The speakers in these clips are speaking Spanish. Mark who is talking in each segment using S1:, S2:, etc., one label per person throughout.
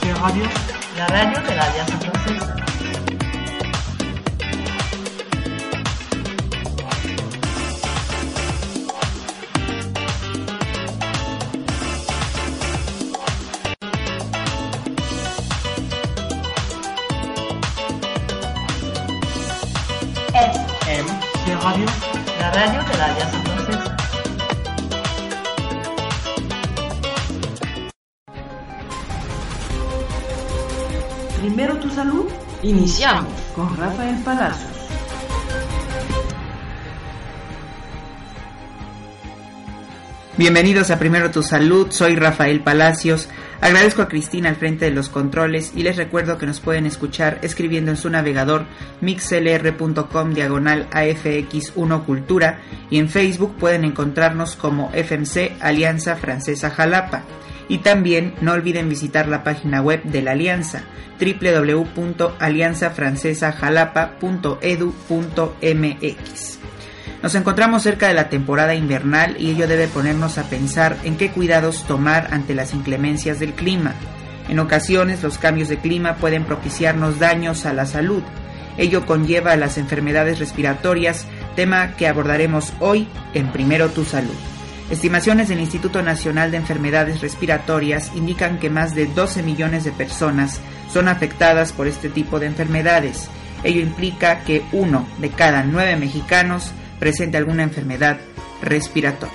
S1: Radio, la radio de la Alianza Francesa. FM Radio, la radio de la Alianza Francesa. Primero tu salud.
S2: Iniciamos
S1: Con Rafael Palacios.
S2: Bienvenidos a Primero tu Salud, soy Rafael Palacios. Agradezco a Cristina al frente de los controles y les recuerdo que nos pueden escuchar escribiendo en su navegador mixlr.com/AFX1 Cultura y en Facebook pueden encontrarnos como FMC Alianza Francesa Jalapa. Y también no olviden visitar la página web de la Alianza www.alianzafrancesajalapa.edu.mx. Nos encontramos cerca de la temporada invernal y ello debe ponernos a pensar en qué cuidados tomar ante las inclemencias del clima. En ocasiones los cambios de clima pueden propiciarnos daños a la salud. Ello conlleva a las enfermedades respiratorias, tema que abordaremos hoy en Primero tu Salud. Estimaciones del Instituto Nacional de Enfermedades Respiratorias indican que más de 12 millones de personas son afectadas por este tipo de enfermedades. Ello implica que 1 de cada 9 mexicanos presente alguna enfermedad respiratoria.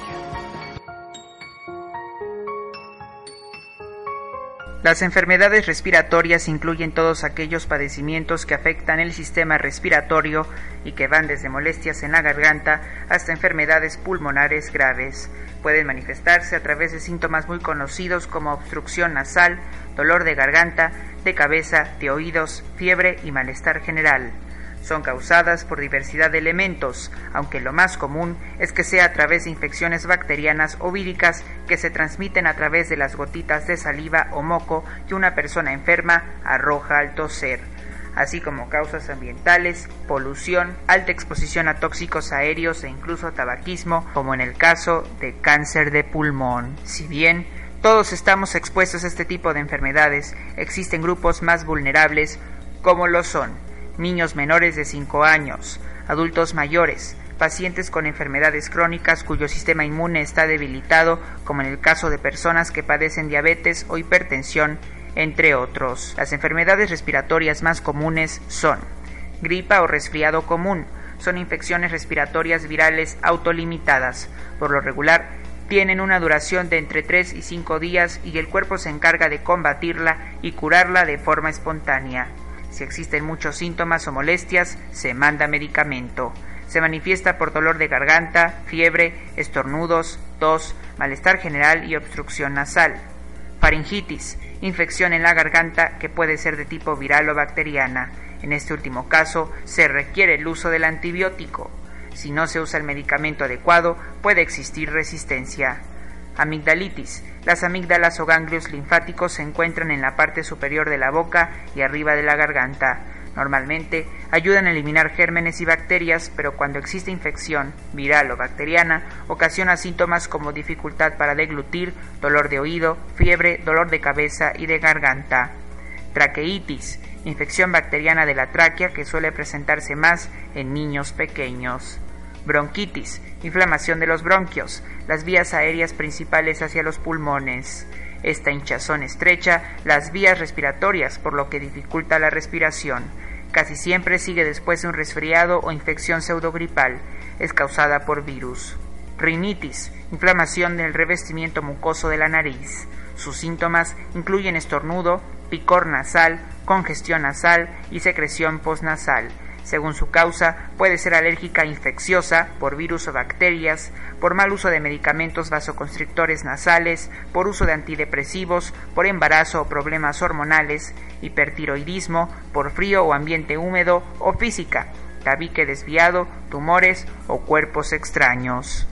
S2: Las enfermedades respiratorias incluyen todos aquellos padecimientos que afectan el sistema respiratorio y que van desde molestias en la garganta hasta enfermedades pulmonares graves. Pueden manifestarse a través de síntomas muy conocidos como obstrucción nasal, dolor de garganta, de cabeza, de oídos, fiebre y malestar general. Son causadas por diversidad de elementos, aunque lo más común es que sea a través de infecciones bacterianas o víricas que se transmiten a través de las gotitas de saliva o moco que una persona enferma arroja al toser, así como causas ambientales, polución, alta exposición a tóxicos aéreos e incluso tabaquismo, como en el caso de cáncer de pulmón. Si bien todos estamos expuestos a este tipo de enfermedades, existen grupos más vulnerables como lo son niños menores de 5 años, adultos mayores, pacientes con enfermedades crónicas cuyo sistema inmune está debilitado, como en el caso de personas que padecen diabetes o hipertensión, entre otros. Las enfermedades respiratorias más comunes son gripa o resfriado común. Son infecciones respiratorias virales autolimitadas. Por lo regular, tienen una duración de entre 3 y 5 días y el cuerpo se encarga de combatirla y curarla de forma espontánea. Si existen muchos síntomas o molestias, se manda medicamento. Se manifiesta por dolor de garganta, fiebre, estornudos, tos, malestar general y obstrucción nasal. Faringitis, infección en la garganta que puede ser de tipo viral o bacteriana. En este último caso, se requiere el uso del antibiótico. Si no se usa el medicamento adecuado, puede existir resistencia. Amigdalitis. Las amígdalas o ganglios linfáticos se encuentran en la parte superior de la boca y arriba de la garganta. Normalmente ayudan a eliminar gérmenes y bacterias, pero cuando existe infección viral o bacteriana, ocasiona síntomas como dificultad para deglutir, dolor de oído, fiebre, dolor de cabeza y de garganta. Traqueitis. Infección bacteriana de la tráquea que suele presentarse más en niños pequeños. Bronquitis, inflamación de los bronquios, las vías aéreas principales hacia los pulmones. Esta hinchazón estrecha las vías respiratorias, por lo que dificulta la respiración. Casi siempre sigue después de un resfriado o infección pseudogripal. Es causada por virus. Rinitis, inflamación del revestimiento mucoso de la nariz. Sus síntomas incluyen estornudo, picor nasal, congestión nasal y secreción postnasal. Según su causa, puede ser alérgica infecciosa, por virus o bacterias, por mal uso de medicamentos vasoconstrictores nasales, por uso de antidepresivos, por embarazo o problemas hormonales, hipertiroidismo, por frío o ambiente húmedo o física, tabique desviado, tumores o cuerpos extraños.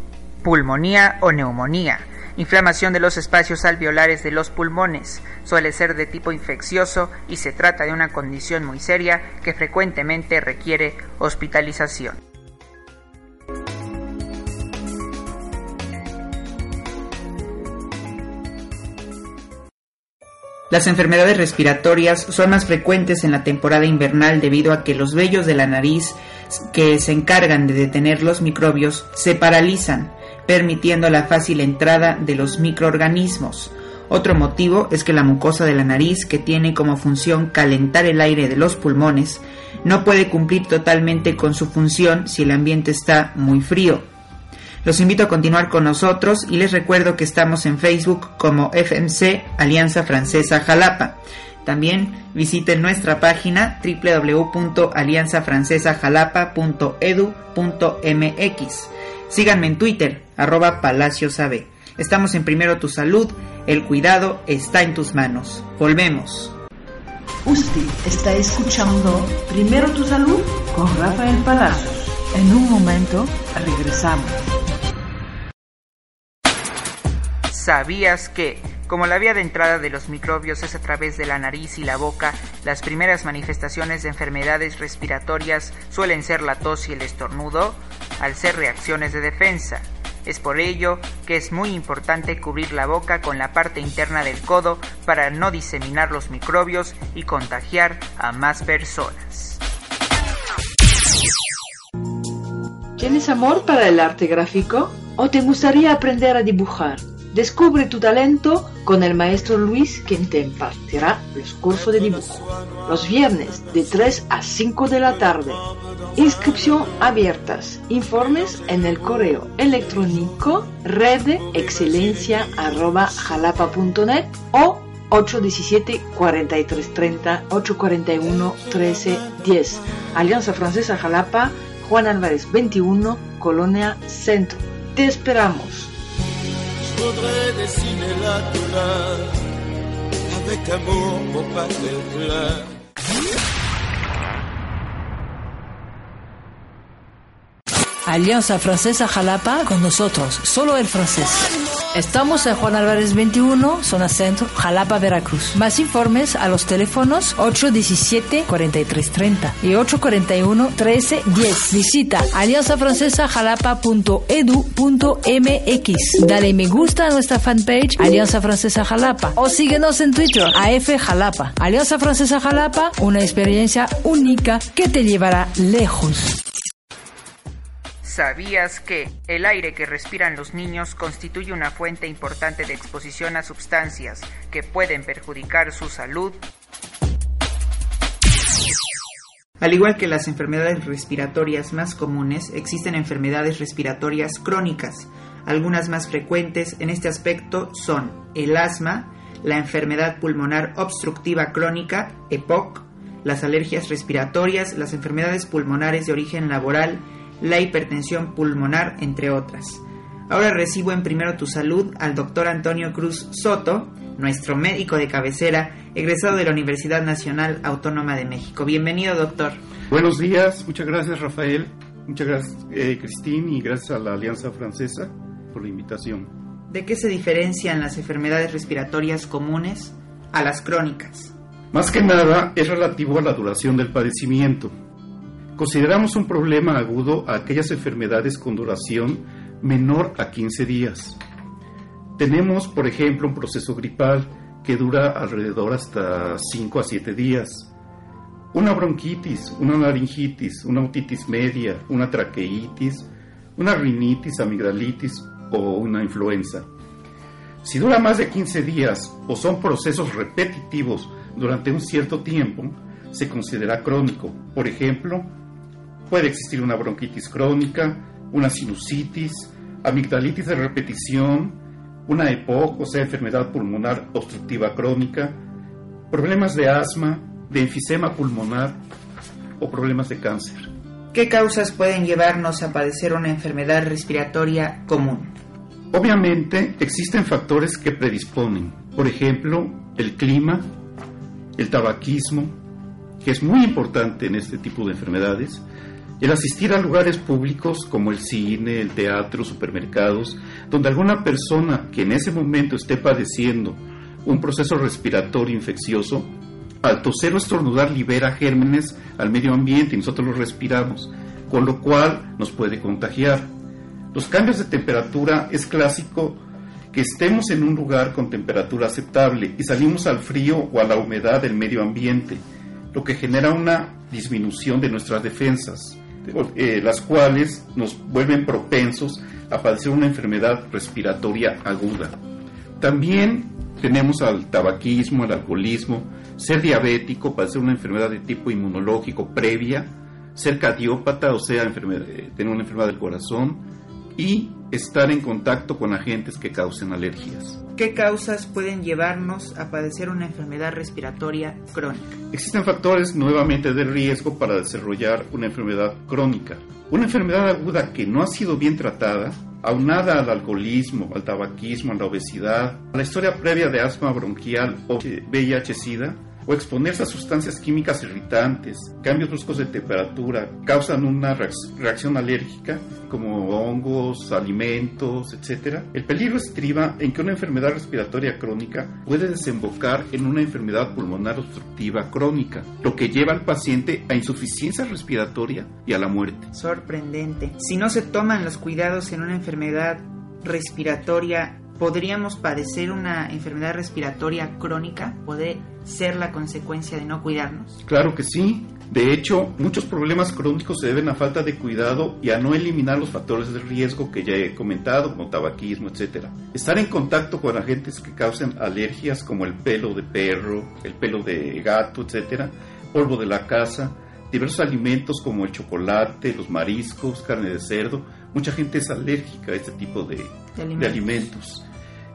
S2: Pulmonía o neumonía. Inflamación de los espacios alveolares de los pulmones. Suele ser de tipo infeccioso y se trata de una condición muy seria que frecuentemente requiere hospitalización. Las enfermedades respiratorias son más frecuentes en la temporada invernal debido a que los vellos de la nariz que se encargan de detener los microbios se paralizan, permitiendo la fácil entrada de los microorganismos. Otro motivo es que la mucosa de la nariz, que tiene como función calentar el aire de los pulmones, no puede cumplir totalmente con su función si el ambiente está muy frío. Los invito a continuar con nosotros y les recuerdo que estamos en Facebook como FMC Alianza Francesa Jalapa. También visiten nuestra página www.alianzafrancesajalapa.edu.mx. Síganme en Twitter, @PalaciosAB. Estamos en Primero Tu Salud, el cuidado está en tus manos. Volvemos.
S1: Usted está escuchando Primero Tu Salud con Rafael Palacios. En un momento regresamos.
S2: ¿Sabías que, como la vía de entrada de los microbios es a través de la nariz y la boca, las primeras manifestaciones de enfermedades respiratorias suelen ser la tos y el estornudo, al ser reacciones de defensa? Es por ello que es muy importante cubrir la boca con la parte interna del codo para no diseminar los microbios y contagiar a más personas.
S1: ¿Tienes amor para el arte gráfico? ¿O te gustaría aprender a dibujar? Descubre tu talento con el maestro Luis, quien te impartirá los cursos de dibujo. Los viernes de 3 a 5 de la tarde. Inscripción abiertas. Informes en el correo electrónico redexcelencia@jalapa.net o 817-4330-841-1310. Alianza Francesa Jalapa, Juan Álvarez 21, Colonia Centro. Te esperamos.
S3: Voudrais dessiner la douleur avec amour pour pas qu'elle pleure.
S4: Alianza Francesa Jalapa con nosotros, solo el francés. Estamos en Juan Álvarez 21, zona centro, Jalapa, Veracruz. Más informes a los teléfonos 817-4330 y 841-1310. Visita alianzafrancesajalapa.edu.mx. Dale me gusta a nuestra fanpage Alianza Francesa Jalapa o síguenos en Twitter, AF Jalapa. Alianza Francesa Jalapa, una experiencia única que te llevará lejos.
S2: ¿Sabías que el aire que respiran los niños constituye una fuente importante de exposición a sustancias que pueden perjudicar su salud? Al igual que las enfermedades respiratorias más comunes, existen enfermedades respiratorias crónicas. Algunas más frecuentes en este aspecto son el asma, la enfermedad pulmonar obstructiva crónica, EPOC, las alergias respiratorias, las enfermedades pulmonares de origen laboral, la hipertensión pulmonar, entre otras. Ahora recibo en Primero Tu Salud al doctor Antonio Cruz Soto, nuestro médico de cabecera, egresado de la Universidad Nacional Autónoma de México. Bienvenido, doctor.
S5: Buenos días, muchas gracias, Rafael, muchas gracias, Cristín, y gracias a la Alianza Francesa por la invitación.
S2: ¿De qué se diferencian las enfermedades respiratorias comunes a las crónicas?
S5: Más que nada es relativo a la duración del padecimiento. Consideramos un problema agudo a aquellas enfermedades con duración menor a 15 días. Tenemos, por ejemplo, un proceso gripal que dura alrededor hasta 5 a 7 días. Una bronquitis, una laringitis, una otitis media, una traqueitis, una rinitis, amigdalitis o una influenza. Si dura más de 15 días o son procesos repetitivos durante un cierto tiempo, se considera crónico. Por ejemplo, puede existir una bronquitis crónica, una sinusitis, amigdalitis de repetición, una EPOC, o sea, enfermedad pulmonar obstructiva crónica, problemas de asma, de enfisema pulmonar o problemas de cáncer.
S2: ¿Qué causas pueden llevarnos a padecer una enfermedad respiratoria común?
S5: Obviamente existen factores que predisponen, por ejemplo, el clima, el tabaquismo, que es muy importante en este tipo de enfermedades, el asistir a lugares públicos como el cine, el teatro, supermercados, donde alguna persona que en ese momento esté padeciendo un proceso respiratorio infeccioso, al toser o estornudar libera gérmenes al medio ambiente y nosotros los respiramos, con lo cual nos puede contagiar. Los cambios de temperatura es clásico que estemos en un lugar con temperatura aceptable y salimos al frío o a la humedad del medio ambiente, lo que genera una disminución de nuestras defensas, las cuales nos vuelven propensos a padecer una enfermedad respiratoria aguda. También tenemos al tabaquismo, al alcoholismo, ser diabético, padecer una enfermedad de tipo inmunológico previa, ser cardiópata, o sea, tener una enfermedad del corazón, y estar en contacto con agentes que causen alergias.
S2: ¿Qué causas pueden llevarnos a padecer una enfermedad respiratoria crónica?
S5: Existen factores nuevamente de riesgo para desarrollar una enfermedad crónica. Una enfermedad aguda que no ha sido bien tratada, aunada al alcoholismo, al tabaquismo, a la obesidad, a la historia previa de asma bronquial o VIH-Sida, o exponerse a sustancias químicas irritantes, cambios bruscos de temperatura, causan una reacción alérgica como hongos, alimentos, etc. El peligro estriba en que una enfermedad respiratoria crónica puede desembocar en una enfermedad pulmonar obstructiva crónica, lo que lleva al paciente a insuficiencia respiratoria y a la muerte.
S2: Sorprendente. Si no se toman los cuidados en una enfermedad respiratoria, ¿podríamos padecer una enfermedad respiratoria crónica? ¿Puede ser la consecuencia de no cuidarnos?
S5: Claro que sí. De hecho, muchos problemas crónicos se deben a falta de cuidado y a no eliminar los factores de riesgo que ya he comentado, como tabaquismo, etc. Estar en contacto con agentes que causen alergias como el pelo de perro, el pelo de gato, etc., polvo de la casa, diversos alimentos como el chocolate, los mariscos, carne de cerdo. Mucha gente es alérgica a este tipo de alimentos.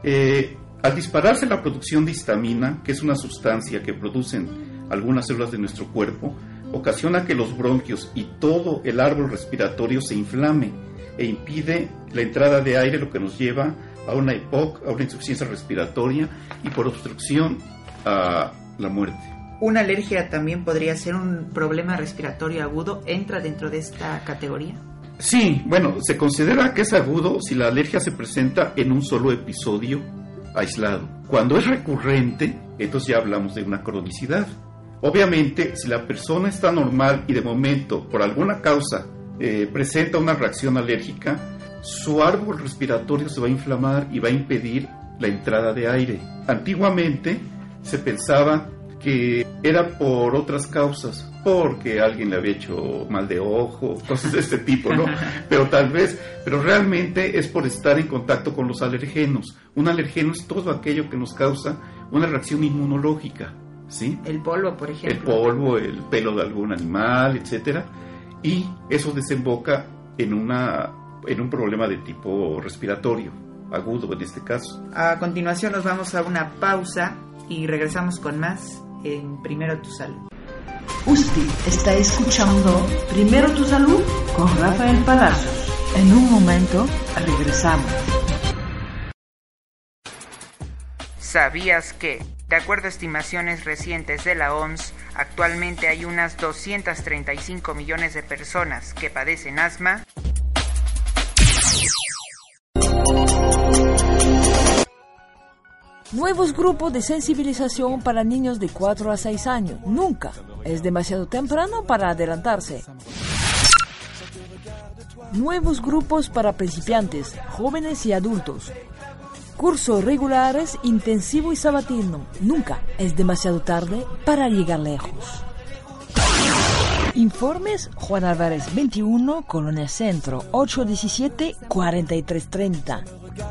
S5: Al dispararse la producción de histamina, que es una sustancia que producen algunas células de nuestro cuerpo, ocasiona que los bronquios y todo el árbol respiratorio se inflame e impide la entrada de aire, lo que nos lleva a una EPOC, a una insuficiencia respiratoria y por obstrucción a la muerte.
S2: ¿Una alergia también podría ser un problema respiratorio agudo? ¿Entra dentro de esta categoría?
S5: Sí, bueno, se considera que es agudo si la alergia se presenta en un solo episodio aislado. Cuando es recurrente, entonces ya hablamos de una cronicidad. Obviamente, si la persona está normal y de momento, por alguna causa, presenta una reacción alérgica, su árbol respiratorio se va a inflamar y va a impedir la entrada de aire. Antiguamente se pensaba que era por otras causas, porque alguien le había hecho mal de ojo, cosas de este tipo, ¿no? Pero realmente es por estar en contacto con los alergenos. Un alergeno es todo aquello que nos causa una reacción inmunológica, ¿sí?
S2: El polvo, por ejemplo.
S5: El polvo, el pelo de algún animal, etcétera, y eso desemboca en un problema de tipo respiratorio, agudo en este caso.
S2: A continuación nos vamos a una pausa y regresamos con más en Primero Tu Salud.
S1: Usted está escuchando Primero Tu Salud con Rafael Palacios. En un momento regresamos.
S2: ¿Sabías que, de acuerdo a estimaciones recientes de la OMS, actualmente hay unas 235 millones de personas que padecen asma?
S4: Nuevos grupos de sensibilización para niños de 4 a 6 años. Nunca es demasiado temprano para adelantarse. Nuevos grupos para principiantes, jóvenes y adultos. Cursos regulares, intensivo y sabatino. Nunca es demasiado tarde para llegar lejos. Informes Juan Álvarez 21, Colonia Centro, 817-4330.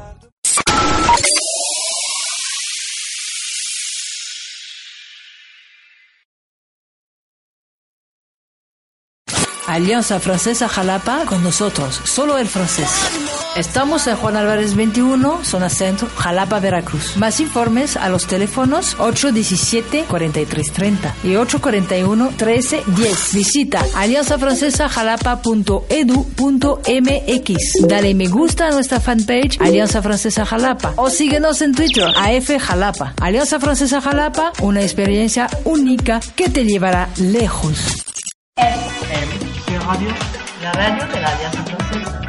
S4: Alianza Francesa Jalapa, con nosotros, solo el francés. Estamos en Juan Álvarez 21, zona centro, Jalapa, Veracruz. Más informes a los teléfonos 817-4330 y 841-1310. Visita alianzafrancesajalapa.edu.mx. Dale me gusta a nuestra fanpage Alianza Francesa Jalapa o síguenos en Twitter, AF Jalapa. Alianza Francesa Jalapa, una experiencia única que te llevará lejos.
S1: Radio, la radio de la Alianza Francesa.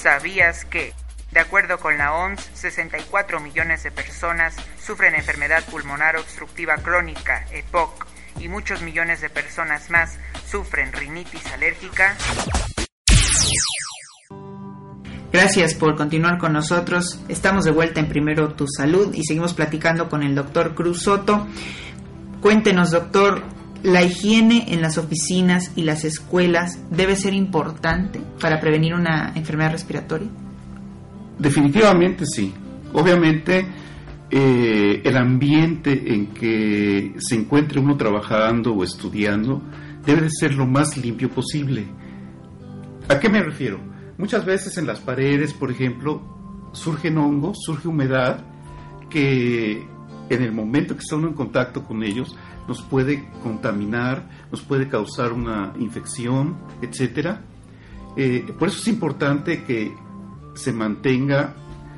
S2: ¿Sabías que, de acuerdo con la OMS, 64 millones de personas sufren enfermedad pulmonar obstructiva crónica, EPOC, y muchos millones de personas más sufren rinitis alérgica? Gracias por continuar con nosotros. Estamos de vuelta en Primero Tu Salud y seguimos platicando con el doctor Cruz Soto. Cuéntenos, doctor, ¿la higiene en las oficinas y las escuelas debe ser importante para prevenir una enfermedad respiratoria?
S5: Definitivamente sí. Obviamente el ambiente en que se encuentre uno trabajando o estudiando debe de ser lo más limpio posible. ¿A qué me refiero? Muchas veces en las paredes, por ejemplo, surgen hongos, surge humedad que en el momento que está uno en contacto con ellos nos puede contaminar, nos puede causar una infección, etcétera. Por eso es importante que se mantenga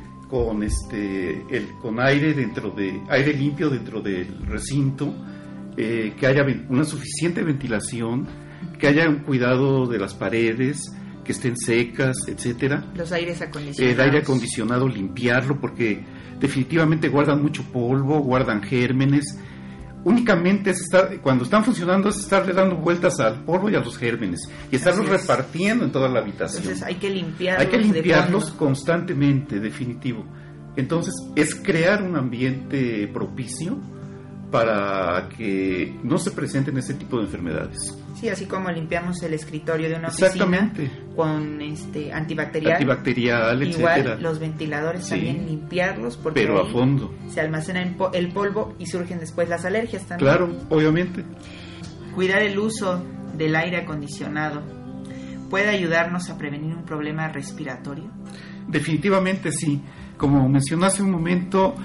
S5: con aire limpio dentro del recinto, que haya una suficiente ventilación, que haya un cuidado de las paredes, que estén secas, etcétera.
S2: Los aires acondicionados.
S5: El aire acondicionado, limpiarlo, porque definitivamente guardan mucho polvo, guardan gérmenes. Únicamente cuando están funcionando es estarle dando vueltas al polvo y a los gérmenes y estarlos repartiendo en toda la habitación.
S2: Entonces hay que limpiarlos.
S5: Hay que limpiarlos constantemente, definitivo. Entonces es crear un ambiente propicio para que no se presenten ese tipo de enfermedades.
S2: Sí, así como limpiamos el escritorio de una oficina con antibacterial, igual
S5: etcétera.
S2: Los ventiladores también limpiarlos, porque
S5: pero a fondo
S2: se almacena el polvo y surgen después las alergias también.
S5: Claro, obviamente.
S2: Cuidar el uso del aire acondicionado puede ayudarnos a prevenir un problema respiratorio.
S5: Definitivamente sí. Como mencioné hace un momento,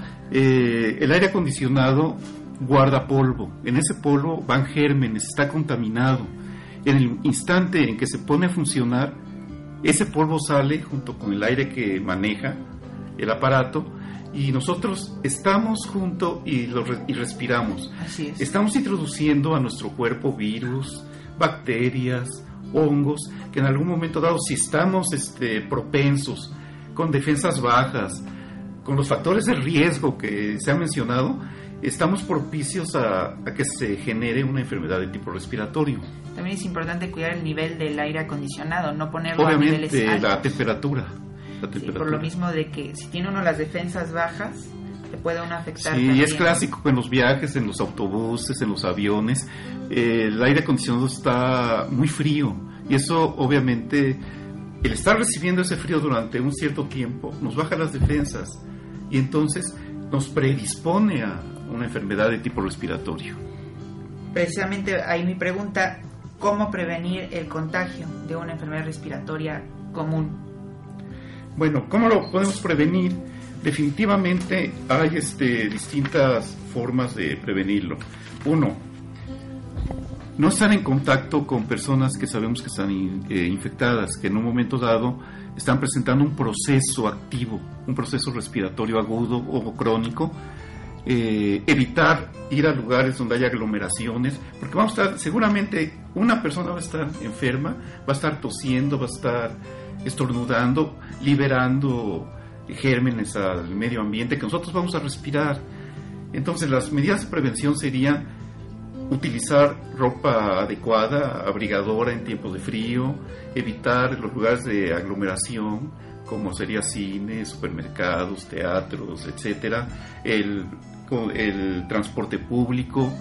S5: el aire acondicionado guarda polvo. En ese polvo van gérmenes, está contaminado. En el instante en que se pone a funcionar, ese polvo sale junto con el aire que maneja el aparato y nosotros estamos junto y respiramos.
S2: Así es.
S5: Estamos introduciendo a nuestro cuerpo virus, bacterias, hongos, que en algún momento dado, si estamos propensos, con defensas bajas, con los factores de riesgo que se han mencionado, estamos propicios a que se genere una enfermedad de tipo respiratorio.
S2: También es importante cuidar el nivel del aire acondicionado, no ponerlo
S5: obviamente,
S2: a niveles altos.
S5: La temperatura.
S2: Sí, por lo mismo de que si tiene uno las defensas bajas, te puede uno afectar.
S5: Sí,
S2: también.
S5: Es clásico que en los viajes, en los autobuses, en los aviones, el aire acondicionado está muy frío y eso obviamente, el estar recibiendo ese frío durante un cierto tiempo nos baja las defensas y entonces nos predispone a una enfermedad de tipo respiratorio.
S2: Precisamente ahí mi pregunta, ¿cómo prevenir el contagio de una enfermedad respiratoria común?
S5: Bueno, ¿cómo lo podemos prevenir? Definitivamente hay distintas formas de prevenirlo. Uno, no estar en contacto con personas que sabemos que están infectadas, que en un momento dado están presentando un proceso activo, un proceso respiratorio agudo o crónico. Evitar ir a lugares donde haya aglomeraciones, porque seguramente una persona va a estar enferma, va a estar tosiendo, va a estar estornudando, liberando gérmenes al medio ambiente que nosotros vamos a respirar. Entonces las medidas de prevención serían utilizar ropa adecuada, abrigadora en tiempos de frío, evitar los lugares de aglomeración como sería cines, supermercados, teatros, etcétera, el transporte público,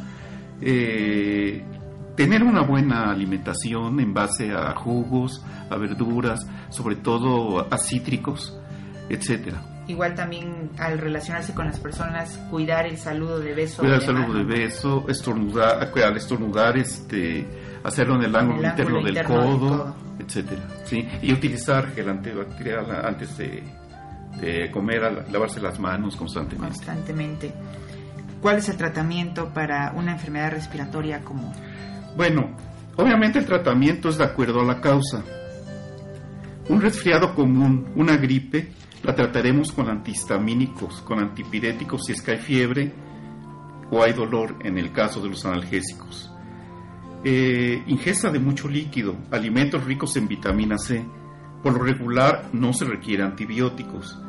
S5: tener una buena alimentación en base a jugos, a verduras, sobre todo a cítricos, etcétera.
S2: Igual también al relacionarse con las personas, cuidar el saludo de beso.
S5: Cuidar el saludo de beso, al estornudar, hacerlo en el ángulo interno del codo, etcétera, ¿sí? Y utilizar gel antibacterial antes de comer, lavarse las manos constantemente.
S2: ¿Cuál es el tratamiento para una enfermedad respiratoria común?
S5: Bueno, obviamente el tratamiento es de acuerdo a la causa. Un resfriado común, una gripe, la trataremos con antihistamínicos, con antipiréticos si es que hay fiebre o hay dolor en el caso de los analgésicos. Ingesta de mucho líquido, alimentos ricos en vitamina C, Por lo regular no se requieren antibióticos,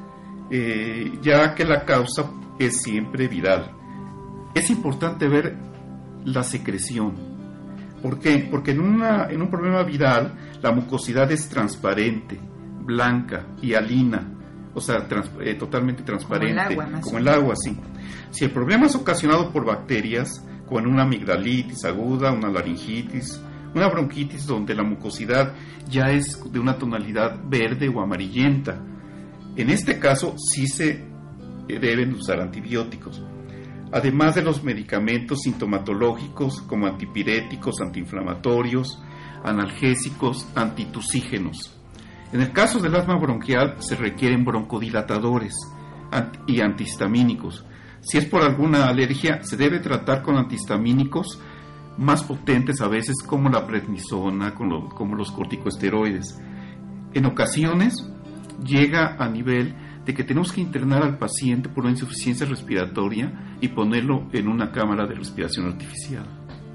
S5: ya que la causa es siempre viral. Es importante ver la secreción. ¿Por qué? Porque en un problema viral la mucosidad es transparente, blanca y alina, o sea, totalmente transparente, como el agua, sí. Si el problema es ocasionado por bacterias, como en una amigdalitis aguda, una laringitis, una bronquitis donde la mucosidad ya es de una tonalidad verde o amarillenta, en este caso sí se deben usar antibióticos, además de los medicamentos sintomatológicos como antipiréticos, antiinflamatorios, analgésicos, antitusígenos. En el caso del asma bronquial se requieren broncodilatadores y antihistamínicos. Si es por alguna alergia, se debe tratar con antihistamínicos más potentes a veces, como la prednisona, como los corticosteroides. En ocasiones llega a nivel de que tenemos que internar al paciente por una insuficiencia respiratoria y ponerlo en una cámara de respiración artificial.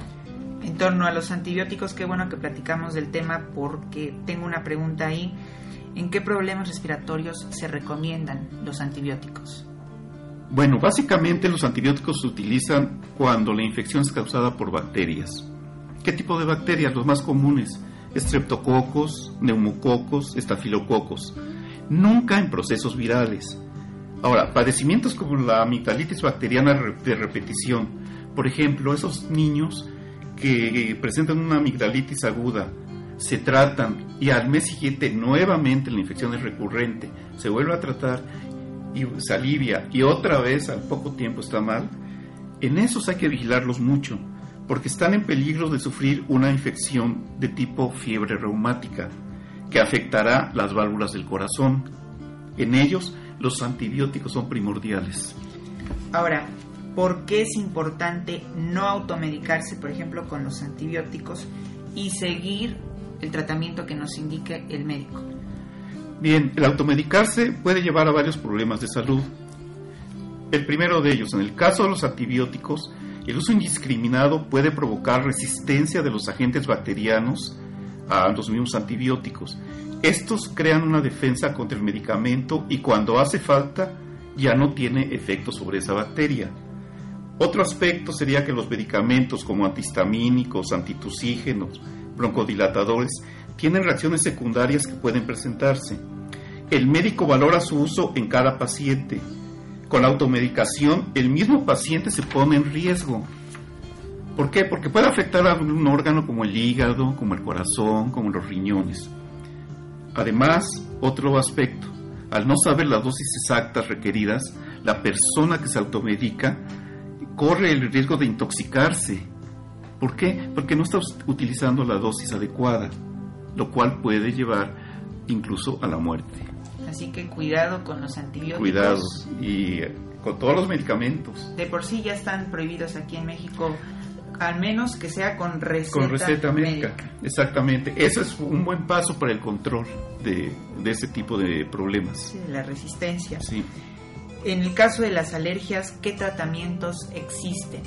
S2: En torno a los antibióticos, qué bueno que platicamos del tema, porque tengo una pregunta ahí. ¿En qué problemas respiratorios se recomiendan los antibióticos?
S5: Bueno, básicamente los antibióticos se utilizan cuando la infección es causada por bacterias. ¿Qué tipo de bacterias? Los más comunes: estreptococos, neumococos, estafilococos. Nunca en procesos virales. Ahora, padecimientos como la amigdalitis bacteriana de repetición, por ejemplo, esos niños que presentan una amigdalitis aguda, se tratan y al mes siguiente nuevamente la infección es recurrente, se vuelve a tratar y se alivia y otra vez al poco tiempo está mal, en esos hay que vigilarlos mucho, porque están en peligro de sufrir una infección de tipo fiebre reumática, que afectará las válvulas del corazón. En ellos, los antibióticos son primordiales.
S2: Ahora, ¿por qué es importante no automedicarse, por ejemplo, con los antibióticos y seguir el tratamiento que nos indique el médico?
S5: Bien, el automedicarse puede llevar a varios problemas de salud. El primero de ellos, en el caso de los antibióticos, el uso indiscriminado puede provocar resistencia de los agentes bacterianos a los mismos antibióticos. Estos crean una defensa contra el medicamento y cuando hace falta ya no tiene efecto sobre esa bacteria. Otro aspecto sería que los medicamentos como antihistamínicos, antitusígenos, broncodilatadores tienen reacciones secundarias que pueden presentarse. El médico valora su uso en cada paciente. Con la automedicación, el mismo paciente se pone en riesgo. ¿Por qué? Porque puede afectar a un órgano como el hígado, como el corazón, como los riñones. Además, otro aspecto, al no saber las dosis exactas requeridas, la persona que se automedica corre el riesgo de intoxicarse. ¿Por qué? Porque no está utilizando la dosis adecuada, lo cual puede llevar incluso a la muerte.
S2: Así que cuidado con los antibióticos.
S5: Cuidado, y con todos los medicamentos.
S2: De por sí ya están prohibidos aquí en México, al menos que sea con receta médica.
S5: Exactamente. Eso es un buen paso para el control de ese tipo de problemas.
S2: Sí, la resistencia.
S5: Sí.
S2: En el caso de las alergias, ¿qué tratamientos existen?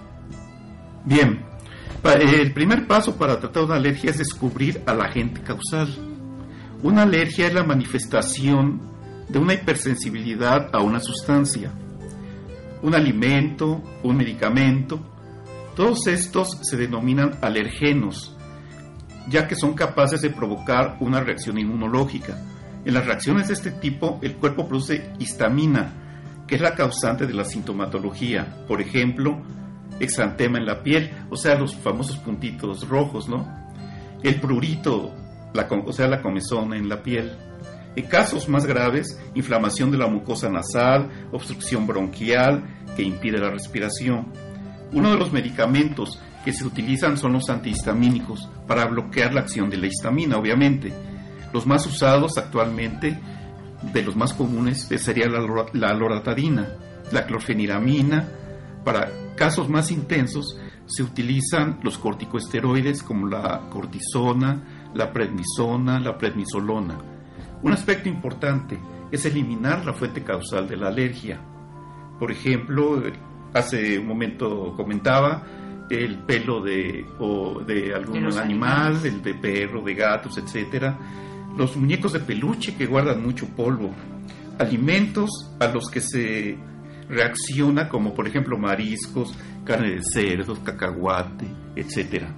S5: Bien, el primer paso para tratar una alergia es descubrir al agente causal. Una alergia es la manifestación de una hipersensibilidad a una sustancia, un alimento, un medicamento. Todos estos se denominan alergenos, ya que son capaces de provocar una reacción inmunológica. En las reacciones de este tipo, el cuerpo produce histamina, que es la causante de la sintomatología. Por ejemplo, exantema en la piel, o sea, los famosos puntitos rojos, ¿no? El prurito, la comezón en la piel. En casos más graves, inflamación de la mucosa nasal, obstrucción bronquial que impide la respiración. Uno de los medicamentos que se utilizan son los antihistamínicos para bloquear la acción de la histamina, obviamente. Los más usados actualmente, de los más comunes, sería la loratadina, la clorfeniramina. Para casos más intensos se utilizan los corticosteroides como la cortisona, la prednisona, la prednisolona. Un aspecto importante es eliminar la fuente causal de la alergia. Por ejemplo, hace un momento comentaba el pelo de algún animal, el de perro, de gatos, etcétera. los muñecos de peluche que guardan mucho polvo, alimentos a los que se reacciona, como por ejemplo mariscos, carne de cerdo, cacahuate, etcétera.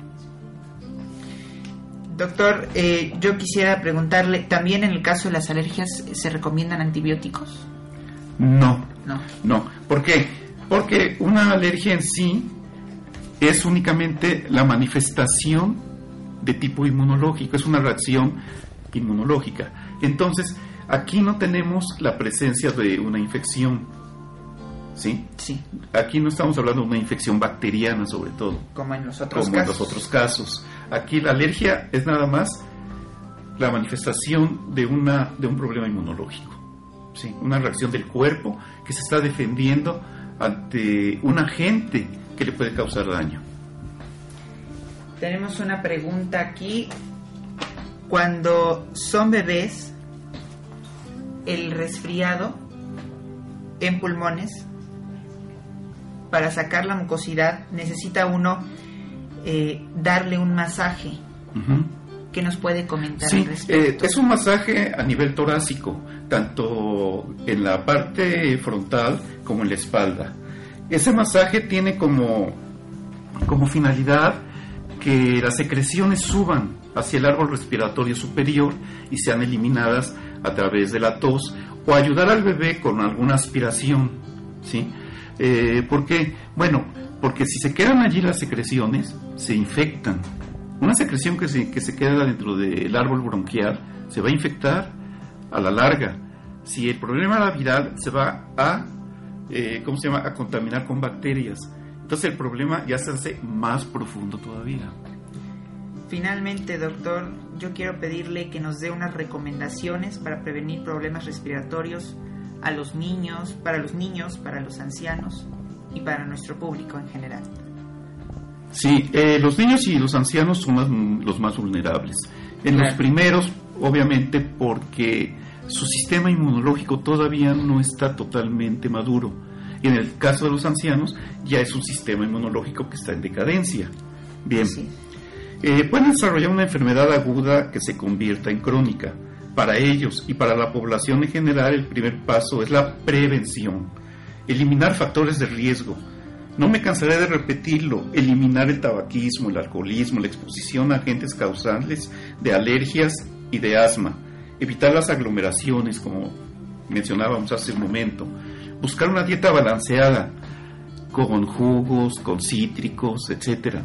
S2: Doctor, yo quisiera preguntarle, ¿también en el caso de las alergias se recomiendan antibióticos?
S5: No. ¿Por qué? Porque una alergia en sí es únicamente la manifestación de tipo inmunológico, es una reacción inmunológica. Entonces, aquí no tenemos la presencia de una infección, ¿sí? Sí. Aquí no estamos hablando de una infección bacteriana, sobre todo.
S2: Como en los otros
S5: casos. En los otros casos. Aquí la alergia es nada más la manifestación de un problema inmunológico, ¿sí? Una reacción del cuerpo que se está defendiendo ante un agente que le puede causar daño.
S2: Tenemos una pregunta aquí. Cuando son bebés, el resfriado en pulmones, para sacar la mucosidad, necesita uno darle un masaje. Uh-huh. ¿Qué nos puede comentar al respecto?
S5: Es un masaje a nivel torácico, tanto en la parte frontal como en la espalda. Ese masaje tiene como finalidad que las secreciones suban hacia el árbol respiratorio superior y sean eliminadas a través de la tos, o ayudar al bebé con alguna aspiración, ¿sí? ¿Por qué? Bueno, porque si se quedan allí las secreciones, se infectan. Una secreción que se queda dentro del árbol bronquial se va a infectar a la larga. Si el problema era viral, se va a contaminar con bacterias. Entonces el problema ya se hace más profundo todavía.
S2: Finalmente, doctor, yo quiero pedirle que nos dé unas recomendaciones para prevenir problemas respiratorios a los niños, para los ancianos y para nuestro público en general.
S5: Sí, los niños y los ancianos son los más vulnerables. Los primeros, obviamente, porque su sistema inmunológico todavía no está totalmente maduro. Y en el caso de los ancianos, ya es un sistema inmunológico que está en decadencia. Bien. Sí. Pueden desarrollar una enfermedad aguda que se convierta en crónica. Para ellos y para la población en general, el primer paso es la prevención. Eliminar factores de riesgo. No me cansaré de repetirlo: eliminar el tabaquismo, el alcoholismo, la exposición a agentes causantes de alergias y de asma. Evitar las aglomeraciones, como mencionábamos hace un momento. Buscar una dieta balanceada, con jugos, con cítricos, etcétera.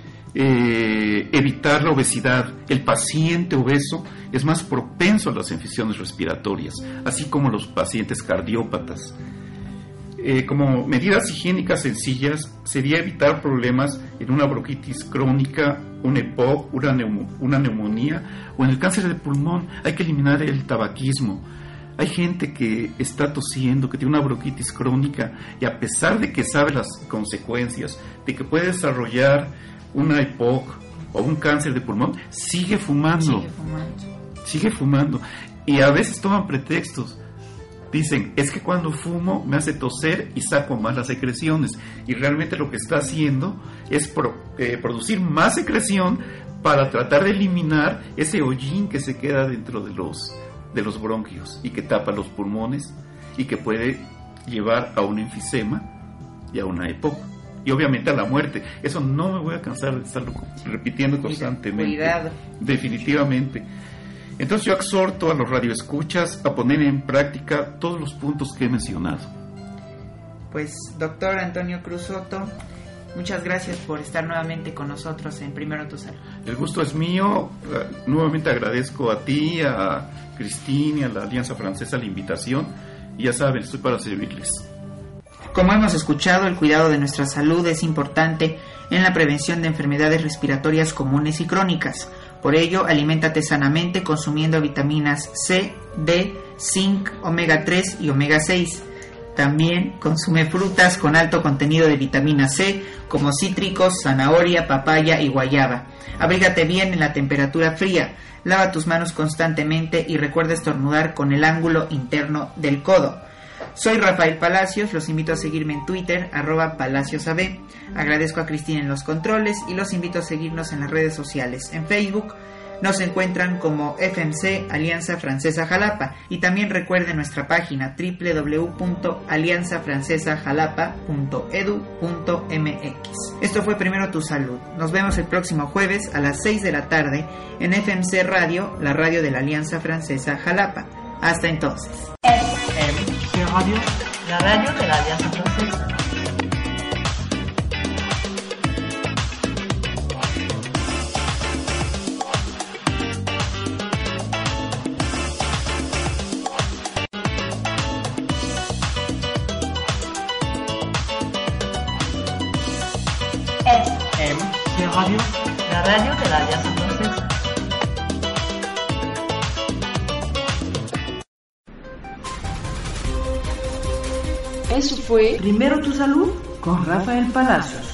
S5: Evitar la obesidad. El paciente obeso es más propenso a las infecciones respiratorias, así como los pacientes cardiópatas. Como medidas higiénicas sencillas sería evitar problemas en una bronquitis crónica, un EPOC, una neumonía o en el cáncer de pulmón. Hay que eliminar el tabaquismo. Hay gente que está tosiendo, que tiene una bronquitis crónica, y a pesar de que sabe las consecuencias de que puede desarrollar una EPOC o un cáncer de pulmón, sigue fumando. Y a veces toman pretextos. Dicen, es que cuando fumo me hace toser y saco más las secreciones. Y realmente lo que está haciendo es producir más secreción para tratar de eliminar ese hollín que se queda dentro de los bronquios y que tapa los pulmones y que puede llevar a un enfisema y a una EPOC. Y obviamente a la muerte. Eso no me voy a cansar de estarlo repitiendo constantemente.
S2: Cuidado.
S5: Definitivamente. Entonces yo exhorto a los radioescuchas a poner en práctica todos los puntos que he mencionado.
S2: Pues, doctor Antonio Cruz Soto, muchas gracias por estar nuevamente con nosotros en Primero Tu Salud.
S5: El gusto es mío. Nuevamente agradezco a ti, a Cristina y a la Alianza Francesa la invitación. Y ya saben, estoy para servirles.
S2: Como hemos escuchado, el cuidado de nuestra salud es importante en la prevención de enfermedades respiratorias comunes y crónicas. Por ello, aliméntate sanamente consumiendo vitaminas C, D, zinc, omega 3 y omega 6. También consume frutas con alto contenido de vitamina C, como cítricos, zanahoria, papaya y guayaba. Abrígate bien en la temperatura fría. Lava tus manos constantemente y recuerda estornudar con el ángulo interno del codo. Soy Rafael Palacios, los invito a seguirme en Twitter, @PalaciosAB. Agradezco a Cristina en los controles y los invito a seguirnos en las redes sociales. En Facebook, Nos encuentran como FMC Alianza Francesa Jalapa y también recuerden nuestra página www.alianzafrancesajalapa.edu.mx. Esto fue Primero Tu Salud. Nos vemos el próximo jueves a las 6 de la tarde en FMC Radio, la radio de la Alianza Francesa Jalapa. Hasta entonces.
S1: FMC Radio, la radio de la Alianza Francesa. FMC Radio, la radio de la Alianza Francesa. Eso fue Primero Tu Salud con Rafael Palacios.